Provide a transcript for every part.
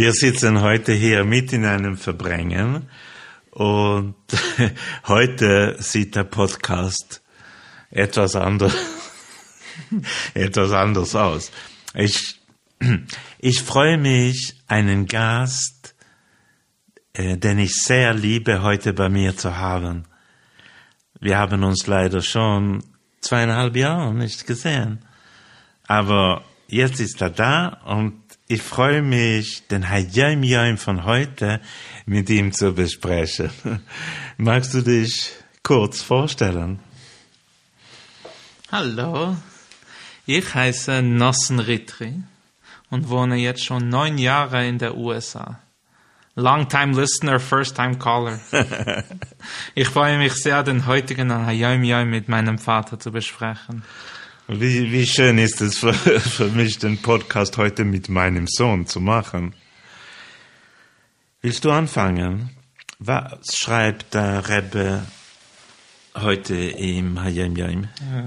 Wir sitzen heute hier mit in einem Verbringen und heute sieht der Podcast etwas anders aus. Ich freue mich, einen Gast, den ich sehr liebe, heute bei mir zu haben. Wir haben uns leider schon 2,5 Jahre nicht gesehen. Aber jetzt ist er da und ich freue mich, den Hayom Yom von heute mit ihm zu besprechen. Magst du dich kurz vorstellen? Hallo, ich heiße Nosson Ritri und wohne jetzt schon 9 Jahre in der USA. Long-time listener, first-time caller. Ich freue mich sehr, den heutigen Hayom Yom mit meinem Vater zu besprechen. Wie schön ist es für mich, den Podcast heute mit meinem Sohn zu machen. Willst du anfangen? Was schreibt der Rebbe heute im Hayom Yom?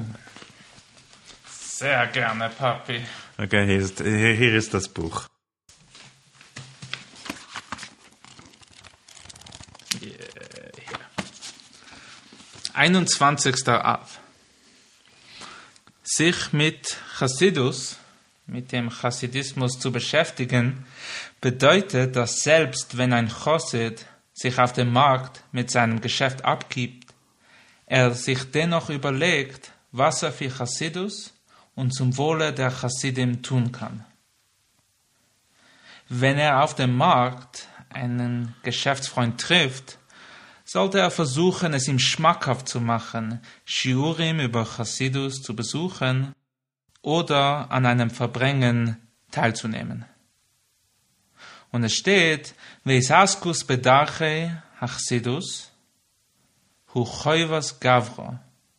Sehr gerne, Papi. Okay, hier ist das Buch. 21. Av. Sich mit Chassidus, mit dem Chassidismus zu beschäftigen, bedeutet, dass selbst wenn ein Chassid sich auf dem Markt mit seinem Geschäft abgibt, er sich dennoch überlegt, was er für Chassidus und zum Wohle der Chassidim tun kann. Wenn er auf dem Markt einen Geschäftsfreund trifft, sollte er versuchen, es ihm schmackhaft zu machen, Shiurim über Chassidus zu besuchen oder an einem Verbringen teilzunehmen. Und es steht, Veisaskus bedarche Chassidus, hu choivas gavro,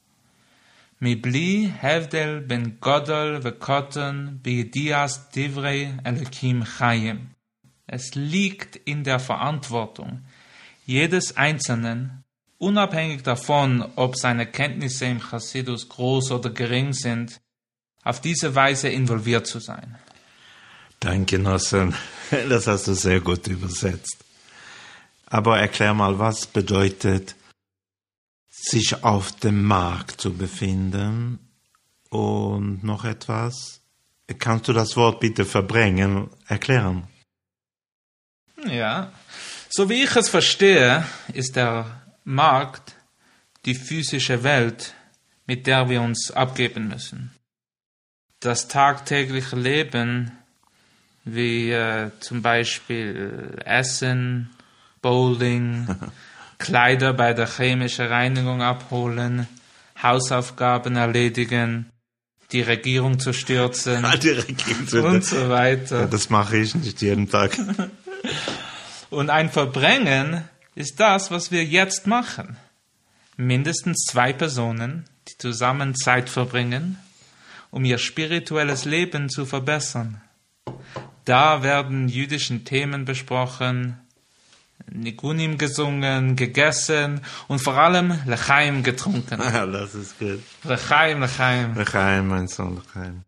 mibli hevdel ben godol vekoton beidias divrei Elokim chayim. Es liegt in der Verantwortung jedes Einzelnen, unabhängig davon, ob seine Kenntnisse im Chassidus groß oder gering sind, auf diese Weise involviert zu sein. Danke, Nosson. Das hast du sehr gut übersetzt. Aber erklär mal, was bedeutet, sich auf dem Markt zu befinden? Und noch etwas? Kannst du das Wort bitte verbringen, erklären? Ja. So wie ich es verstehe, ist der Markt die physische Welt, mit der wir uns abgeben müssen. Das tagtägliche Leben, wie zum Beispiel Essen, Bowling, Kleider bei der chemischen Reinigung abholen, Hausaufgaben erledigen, die Regierung zu stürzen und so weiter. Ja, das mache ich nicht jeden Tag. Und ein Verbringen ist das, was wir jetzt machen. Mindestens 2 Personen, die zusammen Zeit verbringen, um ihr spirituelles Leben zu verbessern. Da werden jüdischen Themen besprochen, Nigunim gesungen, gegessen und vor allem L'chaim getrunken. Ah, das ist gut. L'chaim, L'chaim. L'chaim, mein Sohn, L'chaim.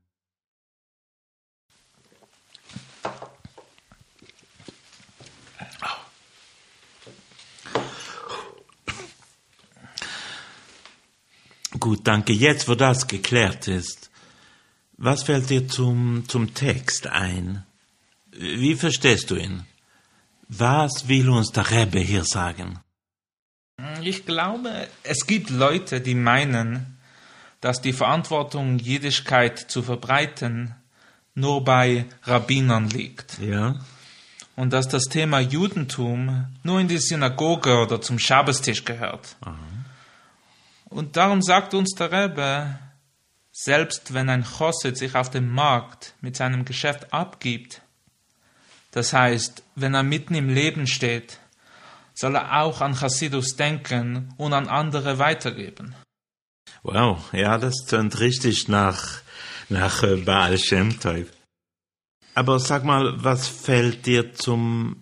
Gut, danke. Jetzt, wo das geklärt ist, was fällt dir zum Text ein? Wie verstehst du ihn? Was will uns der Rebbe hier sagen? Ich glaube, es gibt Leute, die meinen, dass die Verantwortung, Jüdischkeit zu verbreiten, nur bei Rabbinern liegt. Ja. Und dass das Thema Judentum nur in die Synagoge oder zum Schabbestisch gehört. Aha. Und darum sagt uns der Rebbe, selbst wenn ein Chassid sich auf dem Markt mit seinem Geschäft abgibt, das heißt, wenn er mitten im Leben steht, soll er auch an Chassidus denken und an andere weitergeben. Wow, ja, das tönt richtig nach Baal Shem Tov. Aber sag mal, was fällt dir zum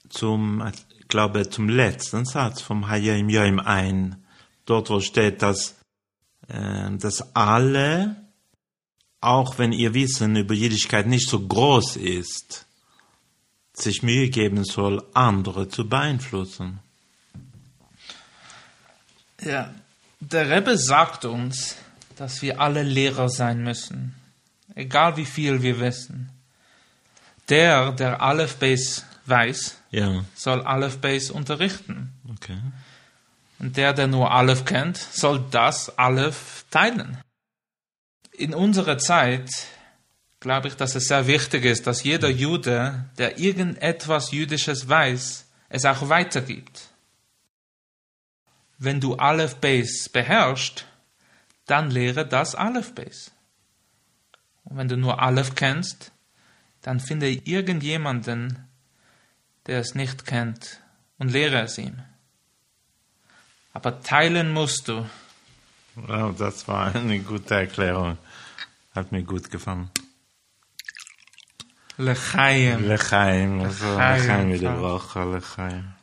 letzten Satz vom Hayom Yom ein? Dort, wo steht, dass alle, auch wenn ihr Wissen über Jüdischkeit nicht so groß ist, sich Mühe geben soll, andere zu beeinflussen. Ja, der Rebbe sagt uns, dass wir alle Lehrer sein müssen, egal wie viel wir wissen. Der Aleph Beis weiß, Ja, soll Aleph Beis unterrichten. okay. Und der nur Aleph kennt, soll das Aleph teilen. In unserer Zeit glaube ich, dass es sehr wichtig ist, dass jeder Jude, der irgendetwas Jüdisches weiß, es auch weitergibt. Wenn du Aleph Beis beherrschst, dann lehre das Aleph Beis. Und wenn du nur Aleph kennst, dann finde irgendjemanden, der es nicht kennt, und lehre es ihm. Aber teilen musst du. Wow, das war eine gute Erklärung. Hat mir gut gefallen. L'chaim. L'chaim, also L'chaim wieder Woche, L'chaim.